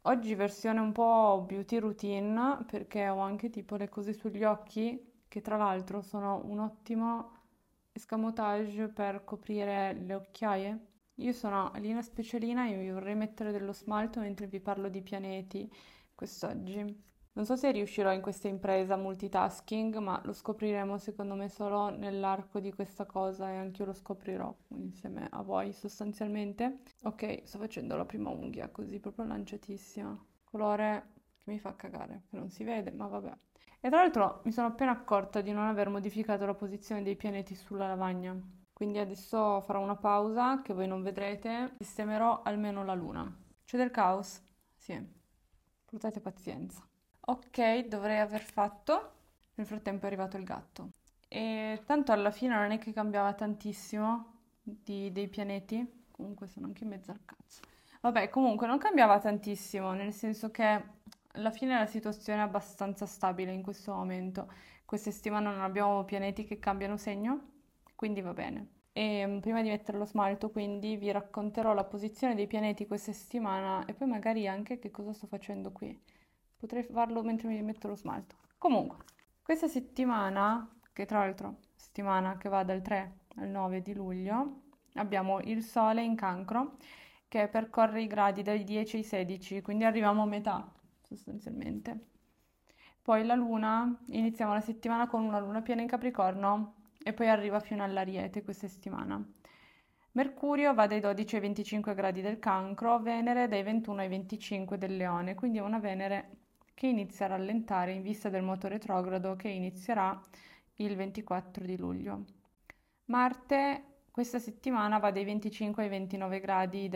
Oggi versione un po' beauty routine perché ho anche tipo le cose sugli occhi che tra l'altro sono un ottimo escamotage per coprire le occhiaie. Io sono Alina Specialina e mi vorrei mettere dello smalto mentre vi parlo di pianeti quest'oggi. Non so se riuscirò in questa impresa multitasking, ma lo scopriremo secondo me solo nell'arco di questa cosa e anche io lo scoprirò insieme a voi sostanzialmente. Ok, sto facendo la prima unghia così proprio lanciatissima. Colore che mi fa cagare, che non si vede, ma vabbè. E tra l'altro mi sono appena accorta di non aver modificato la posizione dei pianeti sulla lavagna. Quindi adesso farò una pausa che voi non vedrete, sistemerò almeno la luna. C'è del caos? Sì, portate pazienza. Ok, dovrei aver fatto. Nel frattempo è arrivato il gatto. E tanto alla fine non è che cambiava tantissimo dei pianeti. Comunque sono anche in mezzo al cazzo. Vabbè, comunque non cambiava tantissimo, nel senso che alla fine la situazione è abbastanza stabile in questo momento. Questa settimana non abbiamo pianeti che cambiano segno, quindi va bene. E prima di mettere lo smalto, quindi vi racconterò la posizione dei pianeti questa settimana e poi magari anche che cosa sto facendo qui. Potrei farlo mentre mi metto lo smalto. Comunque, questa settimana, che tra l'altro settimana che va dal 3 al 9 di luglio, abbiamo il Sole in Cancro che percorre i gradi dai 10 ai 16, quindi arriviamo a metà sostanzialmente. Poi la Luna, iniziamo la settimana con una Luna piena in Capricorno e poi arriva fino all'Ariete questa settimana. Mercurio va dai 12 ai 25 gradi del Cancro, Venere dai 21 ai 25 del Leone, quindi è una Venere che inizia a rallentare in vista del moto retrogrado che inizierà il 24 di luglio. Marte questa settimana va dai 25 ai 29 gradi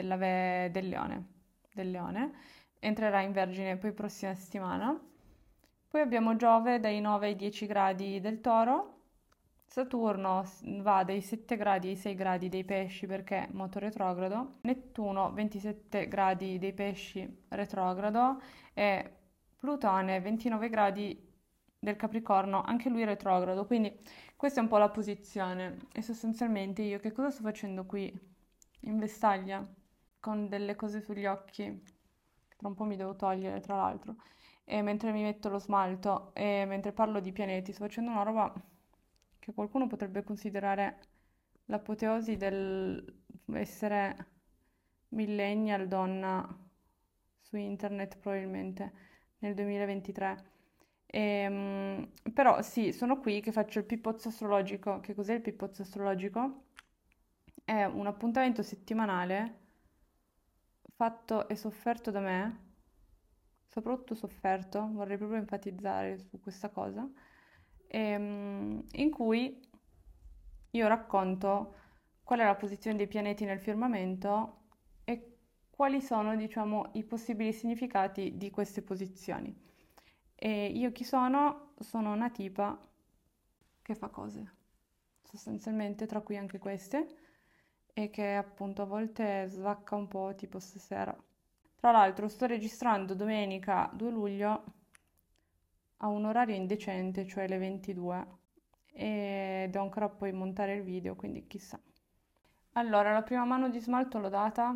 del Leone, entrerà in Vergine poi prossima settimana. Poi abbiamo Giove dai 9 ai 10 gradi del Toro, Saturno va dai 7 gradi ai 6 gradi dei Pesci perché moto retrogrado, Nettuno 27 gradi dei Pesci retrogrado e Plutone 29 gradi del Capricorno, anche lui retrogrado, quindi questa è un po' la posizione e sostanzialmente io che cosa sto facendo qui in vestaglia con delle cose sugli occhi, che tra un po' mi devo togliere tra l'altro, e mentre mi metto lo smalto e mentre parlo di pianeti sto facendo una roba che qualcuno potrebbe considerare l'apoteosi dell'essere millennial donna su internet probabilmente nel 2023. Però sì, sono qui che faccio il pippozzo astrologico. Che cos'è il pippozzo astrologico? È un appuntamento settimanale fatto e sofferto da me, soprattutto sofferto, vorrei proprio enfatizzare su questa cosa, in cui io racconto qual è la posizione dei pianeti nel firmamento e quali sono, diciamo, i possibili significati di queste posizioni. E io chi sono? Sono una tipa che fa cose, sostanzialmente, tra cui anche queste, e che appunto a volte svacca un po', tipo stasera. Tra l'altro sto registrando domenica 2 luglio a un orario indecente, cioè le 22, e devo ancora poi montare il video, quindi chissà. Allora, la prima mano di smalto l'ho data,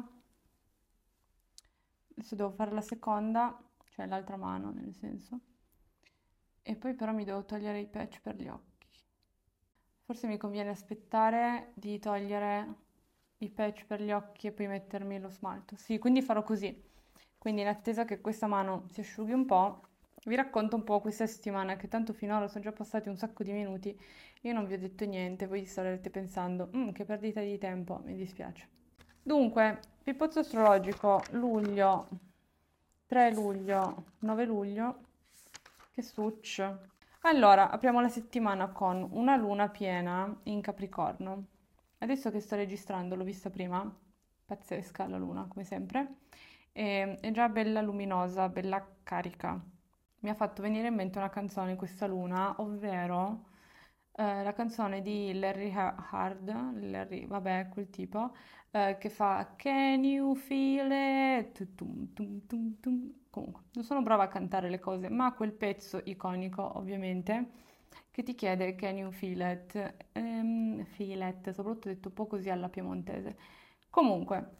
adesso devo fare la seconda, cioè l'altra mano nel senso, e poi però mi devo togliere i patch per gli occhi. Forse mi conviene aspettare di togliere i patch per gli occhi e poi mettermi lo smalto. Sì, quindi farò così. Quindi in attesa che questa mano si asciughi un po', vi racconto un po' questa settimana, che tanto finora sono già passati un sacco di minuti. Io non vi ho detto niente, voi starete pensando, che perdita di tempo, mi dispiace. Dunque, Pippozzo astrologico, luglio, 3 luglio, 9 luglio, che succ. Allora, apriamo la settimana con una luna piena in Capricorno. Adesso che sto registrando, l'ho vista prima, pazzesca la luna, come sempre, e è già bella luminosa, bella carica. Mi ha fatto venire in mente una canzone questa luna, ovvero la canzone di Larry Hard, Larry, vabbè, quel tipo, che fa Can you feel it? Tum, tum, tum, tum. Comunque, non sono brava a cantare le cose, ma quel pezzo iconico, ovviamente, che ti chiede Can you feel it? Feel it, soprattutto detto un po' così alla piemontese. Comunque,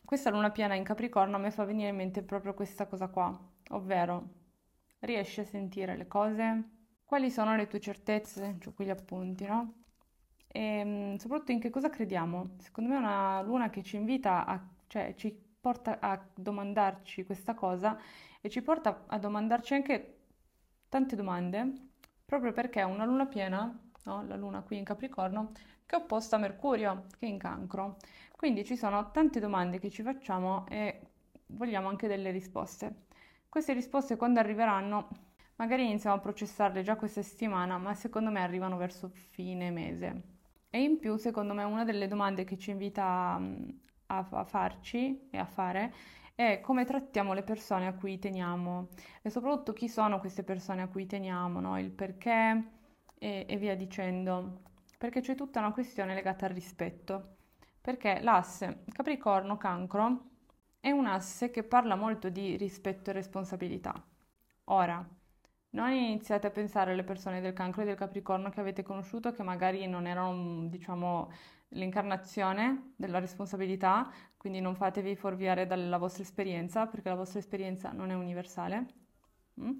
questa luna piena in Capricorno a me fa venire in mente proprio questa cosa qua, ovvero riesci a sentire le cose, quali sono le tue certezze, cioè qui gli appunti, no? E soprattutto in che cosa crediamo. Secondo me è una luna che ci invita a, cioè ci porta a domandarci questa cosa e ci porta a domandarci anche tante domande, proprio perché è una luna piena, no? La luna qui in Capricorno, che è opposta a Mercurio, che è in Cancro. Quindi ci sono tante domande che ci facciamo e vogliamo anche delle risposte. Queste risposte quando arriveranno, magari iniziamo a processarle già questa settimana, ma secondo me arrivano verso fine mese. E in più, secondo me, una delle domande che ci invita a farci e a fare è come trattiamo le persone a cui teniamo e soprattutto chi sono queste persone a cui teniamo, no? Il perché e via dicendo. Perché c'è tutta una questione legata al rispetto. Perché l'asse Capricorno-Cancro è un asse che parla molto di rispetto e responsabilità. Ora, non iniziate a pensare alle persone del Cancro e del Capricorno che avete conosciuto che magari non erano, diciamo, l'incarnazione della responsabilità, quindi non fatevi fuorviare dalla vostra esperienza, perché la vostra esperienza non è universale. Mm?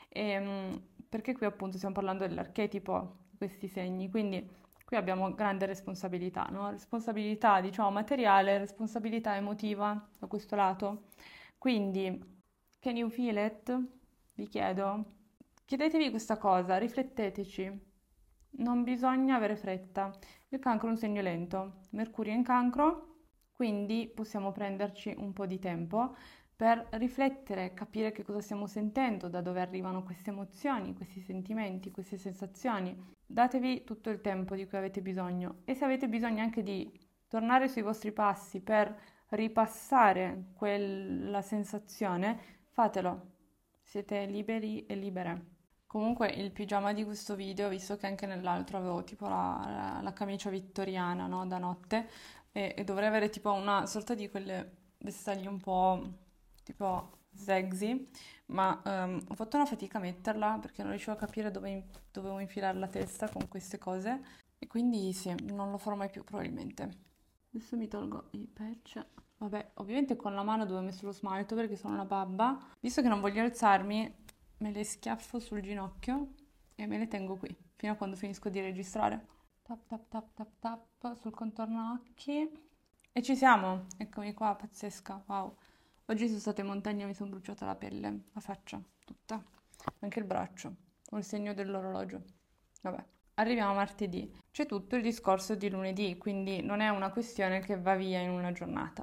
Perché qui appunto stiamo parlando dell'archetipo di questi segni, quindi qui abbiamo grande responsabilità, no? Responsabilità, diciamo, materiale, responsabilità emotiva da questo lato. Quindi, can you feel it? Vi chiedo. Chiedetevi questa cosa, rifletteteci. Non bisogna avere fretta. Il cancro è un segno lento. Mercurio è in cancro, quindi possiamo prenderci un po' di tempo per riflettere, capire che cosa stiamo sentendo, da dove arrivano queste emozioni, questi sentimenti, queste sensazioni. Datevi tutto il tempo di cui avete bisogno e se avete bisogno anche di tornare sui vostri passi per ripassare quella sensazione, fatelo. Siete liberi e libere. Comunque il pigiama di questo video, visto che anche nell'altro avevo tipo la camicia vittoriana, no, da notte, e dovrei avere tipo una sorta di quelle vestaglie un po' tipo sexy, ma ho fatto una fatica a metterla perché non riuscivo a capire dove dovevo infilare la testa con queste cose e quindi sì, non lo farò mai più probabilmente. Adesso mi tolgo i patch. Vabbè, ovviamente con la mano dove ho messo lo smalto perché sono una babba. Visto che non voglio alzarmi, me le schiaffo sul ginocchio e me le tengo qui fino a quando finisco di registrare. Tap tap tap tap tap sul contorno occhi. E ci siamo! Eccomi qua, pazzesca, wow. Oggi sono stata in montagna e mi sono bruciata la pelle, la faccia, tutta. Anche il braccio, ho il segno dell'orologio. Vabbè. Arriviamo a martedì. C'è tutto il discorso di lunedì, quindi non è una questione che va via in una giornata,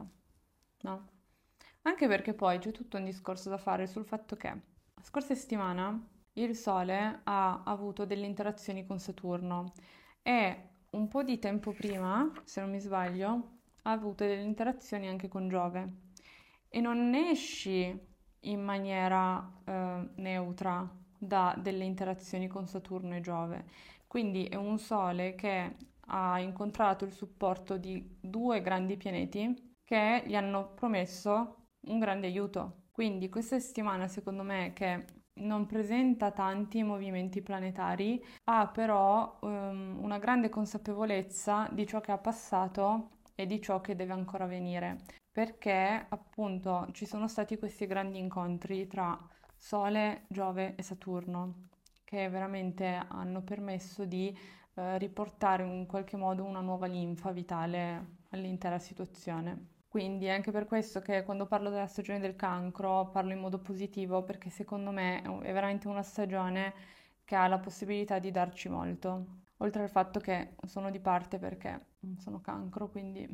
no? Anche perché poi c'è tutto un discorso da fare sul fatto che la scorsa settimana il Sole ha avuto delle interazioni con Saturno e un po' di tempo prima, se non mi sbaglio, ha avuto delle interazioni anche con Giove e non ne esci in maniera neutra da delle interazioni con Saturno e Giove. Quindi è un Sole che ha incontrato il supporto di due grandi pianeti che gli hanno promesso un grande aiuto. Quindi questa settimana, secondo me, che non presenta tanti movimenti planetari, ha però una grande consapevolezza di ciò che ha passato e di ciò che deve ancora venire, perché appunto ci sono stati questi grandi incontri tra Sole, Giove e Saturno, che veramente hanno permesso di riportare in qualche modo una nuova linfa vitale all'intera situazione. Quindi è anche per questo che quando parlo della stagione del cancro parlo in modo positivo, perché secondo me è veramente una stagione che ha la possibilità di darci molto. Oltre al fatto che sono di parte perché sono cancro, quindi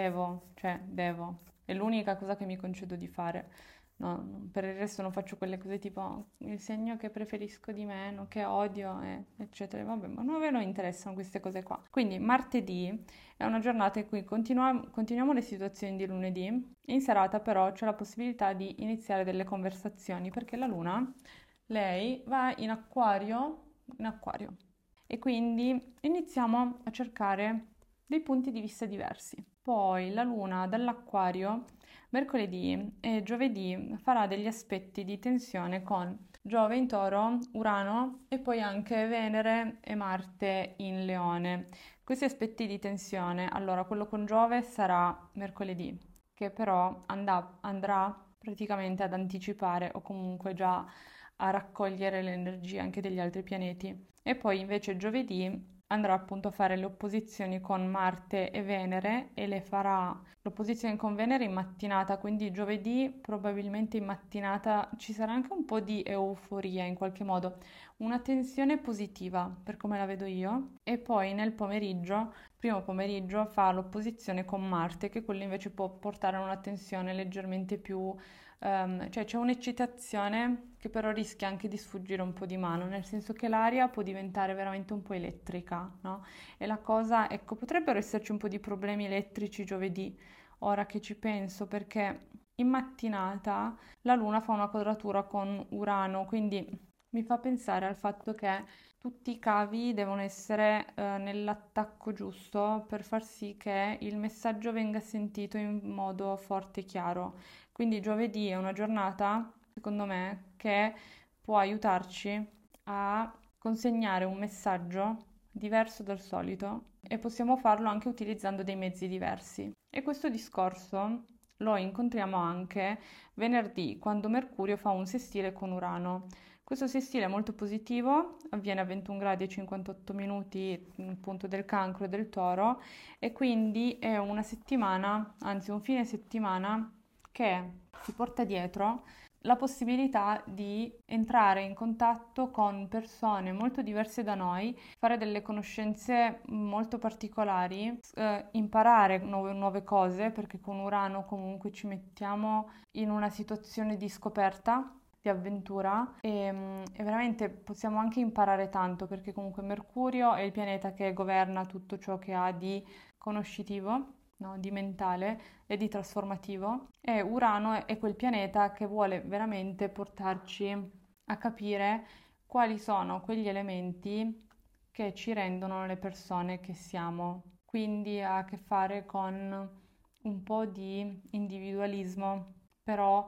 devo. È l'unica cosa che mi concedo di fare. No, per il resto non faccio quelle cose tipo il segno che preferisco di meno, che odio, eccetera. Vabbè, ma non ve ne interessano queste cose qua. Quindi martedì è una giornata in cui continuiamo le situazioni di lunedì. In serata però c'è la possibilità di iniziare delle conversazioni perché la luna, lei va in acquario. E quindi iniziamo a cercare dei punti di vista diversi. Poi la luna dall'acquario mercoledì e giovedì farà degli aspetti di tensione con Giove in Toro, Urano e poi anche Venere e Marte in Leone. Questi aspetti di tensione, allora quello con Giove sarà mercoledì, che però andrà praticamente ad anticipare o comunque già a raccogliere le energie anche degli altri pianeti. E poi invece giovedì andrà appunto a fare le opposizioni con Marte e Venere e le farà l'opposizione con Venere in mattinata, quindi giovedì probabilmente in mattinata ci sarà anche un po' di euforia in qualche modo, una tensione positiva per come la vedo io, e poi nel pomeriggio, primo pomeriggio, fa l'opposizione con Marte, che quello invece può portare a una tensione leggermente più cioè c'è un'eccitazione che però rischia anche di sfuggire un po' di mano, nel senso che l'aria può diventare veramente un po' elettrica, no? E la cosa, ecco, potrebbero esserci un po' di problemi elettrici giovedì, ora che ci penso, perché in mattinata la Luna fa una quadratura con Urano, quindi mi fa pensare al fatto che tutti i cavi devono essere nell'attacco giusto per far sì che il messaggio venga sentito in modo forte e chiaro. Quindi giovedì è una giornata, secondo me, che può aiutarci a consegnare un messaggio diverso dal solito e possiamo farlo anche utilizzando dei mezzi diversi. E questo discorso lo incontriamo anche venerdì, quando Mercurio fa un sestile con Urano. Questo sestile è molto positivo, avviene a 21 gradi e 58 minuti, punto del Cancro e del Toro, e quindi è una settimana, anzi un fine settimana che si porta dietro la possibilità di entrare in contatto con persone molto diverse da noi, fare delle conoscenze molto particolari, imparare nuove cose, perché con Urano comunque ci mettiamo in una situazione di scoperta, di avventura e veramente possiamo anche imparare tanto, perché comunque Mercurio è il pianeta che governa tutto ciò che ha di conoscitivo, no? Di mentale e di trasformativo, e Urano è quel pianeta che vuole veramente portarci a capire quali sono quegli elementi che ci rendono le persone che siamo. Quindi ha a che fare con un po' di individualismo, però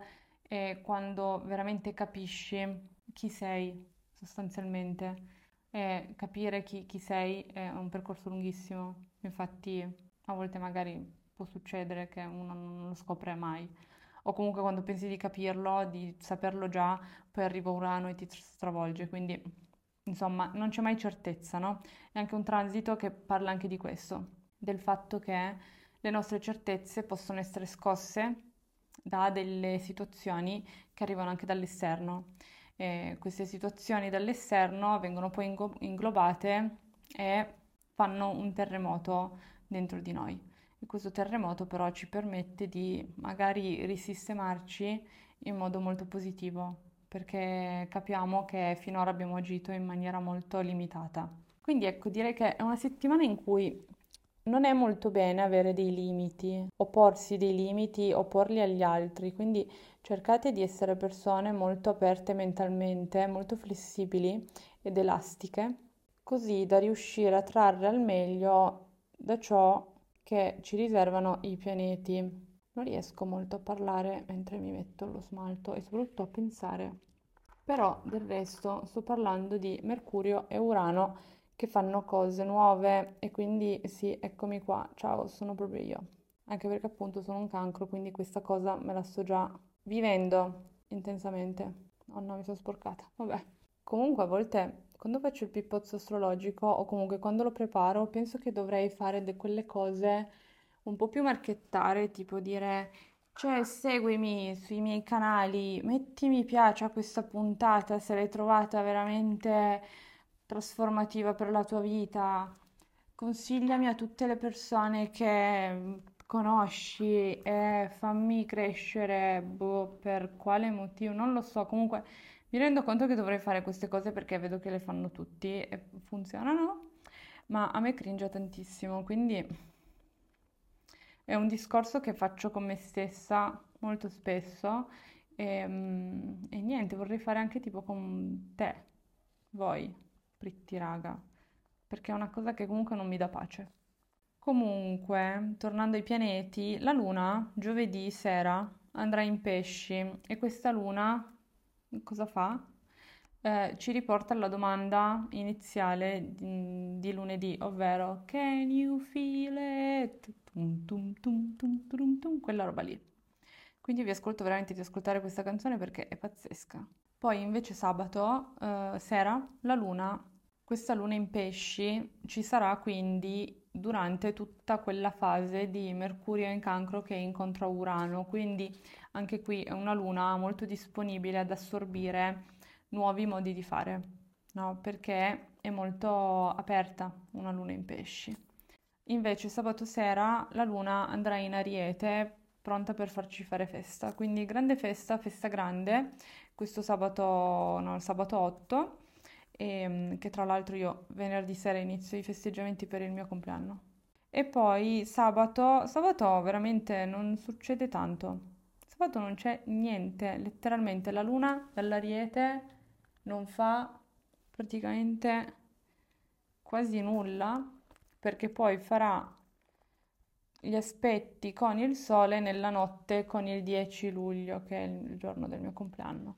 è quando veramente capisci chi sei sostanzialmente. E capire chi sei è un percorso lunghissimo, infatti a volte magari può succedere che uno non lo scopre mai, o comunque quando pensi di capirlo, di saperlo già, poi arriva Urano e ti stravolge, quindi insomma non c'è mai certezza, no? È anche un transito che parla anche di questo, del fatto che le nostre certezze possono essere scosse da delle situazioni che arrivano anche dall'esterno. E queste situazioni dall'esterno vengono poi inglobate e fanno un terremoto dentro di noi. E questo terremoto però ci permette di magari risistemarci in modo molto positivo, perché capiamo che finora abbiamo agito in maniera molto limitata. Quindi ecco, direi che è una settimana in cui non è molto bene avere dei limiti, o porsi dei limiti o porli agli altri, quindi cercate di essere persone molto aperte mentalmente, molto flessibili ed elastiche, così da riuscire a trarre al meglio da ciò che ci riservano i pianeti. Non riesco molto a parlare mentre mi metto lo smalto e soprattutto a pensare. Però del resto sto parlando di Mercurio e Urano che fanno cose nuove e quindi sì, eccomi qua, ciao, sono proprio io. Anche perché appunto sono un cancro, quindi questa cosa me la sto già vivendo intensamente. Oh no, mi sono sporcata. Vabbè. Comunque a volte quando faccio il pippozzo astrologico o comunque quando lo preparo, penso che dovrei fare quelle cose un po' più marchettare, tipo dire, cioè seguimi sui miei canali, metti mi piace a questa puntata se l'hai trovata veramente trasformativa per la tua vita, consigliami a tutte le persone che conosci e fammi crescere, boh, per quale motivo, non lo so, comunque mi rendo conto che dovrei fare queste cose perché vedo che le fanno tutti e funzionano, ma a me cringe tantissimo, quindi è un discorso che faccio con me stessa molto spesso e niente, vorrei fare anche tipo con te, voi, Pritti raga, perché è una cosa che comunque non mi dà pace. Comunque, tornando ai pianeti, la Luna giovedì sera andrà in pesci e questa Luna cosa fa? ci riporta alla domanda iniziale di lunedì, ovvero Can you feel it? Tum, tum, tum, tum, tum, tum, quella roba lì. Quindi vi ascolto veramente di ascoltare questa canzone perché è pazzesca. Poi invece sabato sera la luna, questa luna in pesci ci sarà quindi durante tutta quella fase di Mercurio in Cancro che incontra Urano, quindi anche qui è una luna molto disponibile ad assorbire nuovi modi di fare, no? Perché è molto aperta una luna in pesci. Invece sabato sera la luna andrà in Ariete, pronta per farci fare festa. Quindi grande festa, festa grande, questo sabato, no, il sabato 8, che tra l'altro io venerdì sera inizio i festeggiamenti per il mio compleanno. E poi sabato veramente non succede tanto. Sabato non c'è niente, letteralmente la luna dall'Ariete non fa praticamente quasi nulla perché poi farà gli aspetti con il sole nella notte con il 10 luglio, che è il giorno del mio compleanno.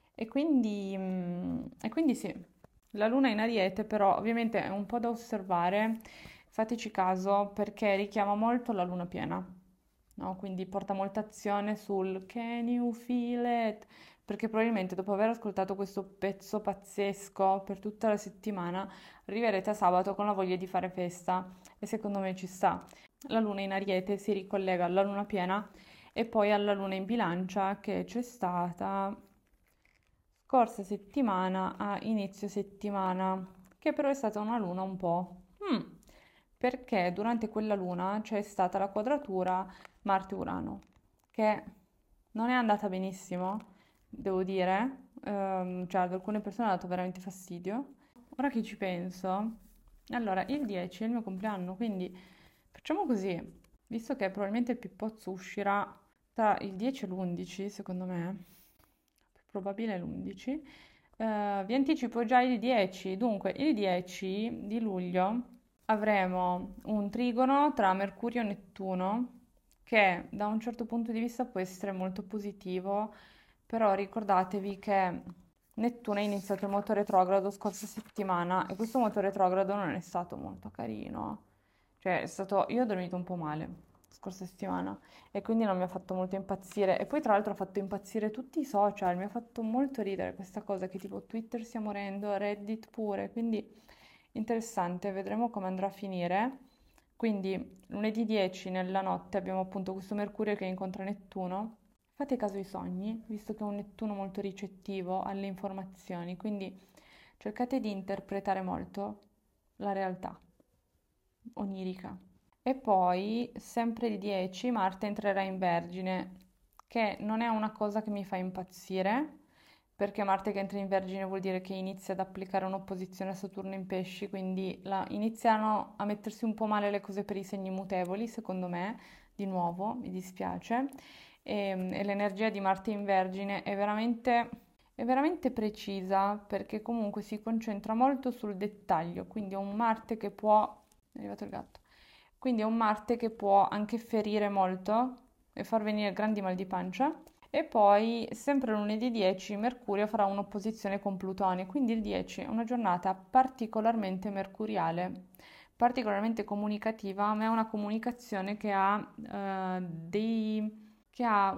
E quindi sì, la luna in Ariete però ovviamente è un po' da osservare, fateci caso perché richiama molto la luna piena, no? Quindi porta molta azione sul Can you feel it? Perché probabilmente dopo aver ascoltato questo pezzo pazzesco per tutta la settimana, arriverete a sabato con la voglia di fare festa e secondo me ci sta. La luna in Ariete si ricollega alla luna piena e poi alla luna in bilancia che c'è stata scorsa settimana a inizio settimana, che però è stata una luna un po'... perché durante quella luna c'è stata la quadratura Marte-Urano, che non è andata benissimo, devo dire, cioè ad alcune persone ha dato veramente fastidio. Ora che ci penso, allora il 10 è il mio compleanno, quindi facciamo così, visto che probabilmente il Pippozzo uscirà tra il 10 e l'11, secondo me, più probabile è l'11, vi anticipo già il 10, dunque il 10 di luglio avremo un trigono tra Mercurio e Nettuno che da un certo punto di vista può essere molto positivo, però ricordatevi che Nettuno ha iniziato il moto retrogrado scorsa settimana e questo moto retrogrado non è stato molto carino. Cioè, io ho dormito un po' male scorsa settimana e quindi non mi ha fatto molto impazzire. E poi tra l'altro ha fatto impazzire tutti i social, mi ha fatto molto ridere questa cosa che tipo Twitter stia morendo, Reddit pure, quindi interessante, vedremo come andrà a finire. Quindi lunedì 10 nella notte abbiamo appunto questo Mercurio che incontra Nettuno. Fate caso ai sogni, visto che è un Nettuno molto ricettivo alle informazioni, quindi cercate di interpretare molto la realtà onirica. E poi, sempre il 10, Marte entrerà in Vergine, che non è una cosa che mi fa impazzire, perché Marte che entra in Vergine vuol dire che inizia ad applicare un'opposizione a Saturno in Pesci, quindi iniziano a mettersi un po' male le cose per i segni mutevoli, secondo me, di nuovo, mi dispiace. E l'energia di Marte in Vergine è veramente precisa, perché comunque si concentra molto sul dettaglio, quindi è un Marte che può... È arrivato il gatto. Quindi è un Marte che può anche ferire molto e far venire grandi mal di pancia. E poi, sempre lunedì 10, Mercurio farà un'opposizione con Plutone, quindi il 10 è una giornata particolarmente mercuriale, particolarmente comunicativa, ma è una comunicazione che ha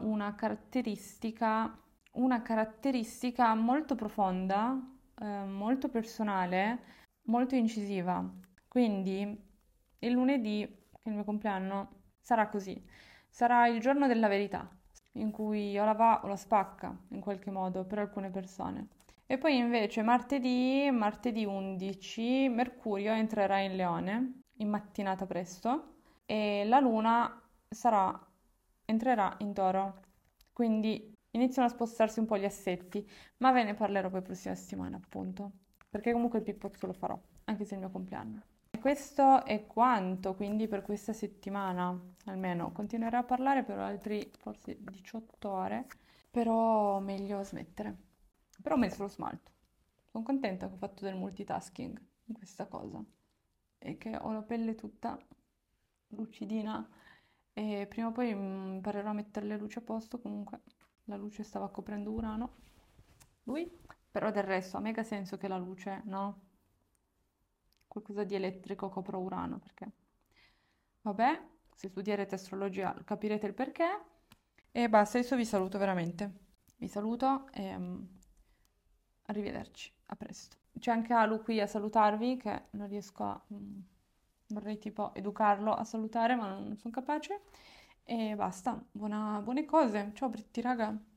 una caratteristica molto profonda, molto personale, molto incisiva. Quindi il lunedì, che è il mio compleanno, sarà così. Sarà il giorno della verità, in cui o la va o la spacca, in qualche modo, per alcune persone. E poi invece martedì 11, Mercurio entrerà in Leone, in mattinata presto, e la Luna entrerà in Toro. Quindi iniziano a spostarsi un po' gli assetti, ma ve ne parlerò poi prossima settimana, appunto, perché comunque il pippozzo lo farò, anche se è il mio compleanno. E questo è quanto, quindi per questa settimana, almeno continuerò a parlare per altri forse 18 ore, però meglio smettere. Però ho messo lo smalto. Sono contenta che ho fatto del multitasking in questa cosa e che ho la pelle tutta lucidina e prima o poi imparerò a mettere le luci a posto. Comunque la luce stava coprendo Urano. Lui? Però del resto ha mega senso che la luce, no? Qualcosa di elettrico copra Urano, perché vabbè, se studierete astrologia capirete il perché. E basta, adesso vi saluto veramente. Vi saluto e arrivederci, a presto. C'è anche Alu qui a salutarvi che non riesco a... vorrei tipo educarlo a salutare ma non sono capace. E basta, buone cose. Ciao Britti, raga.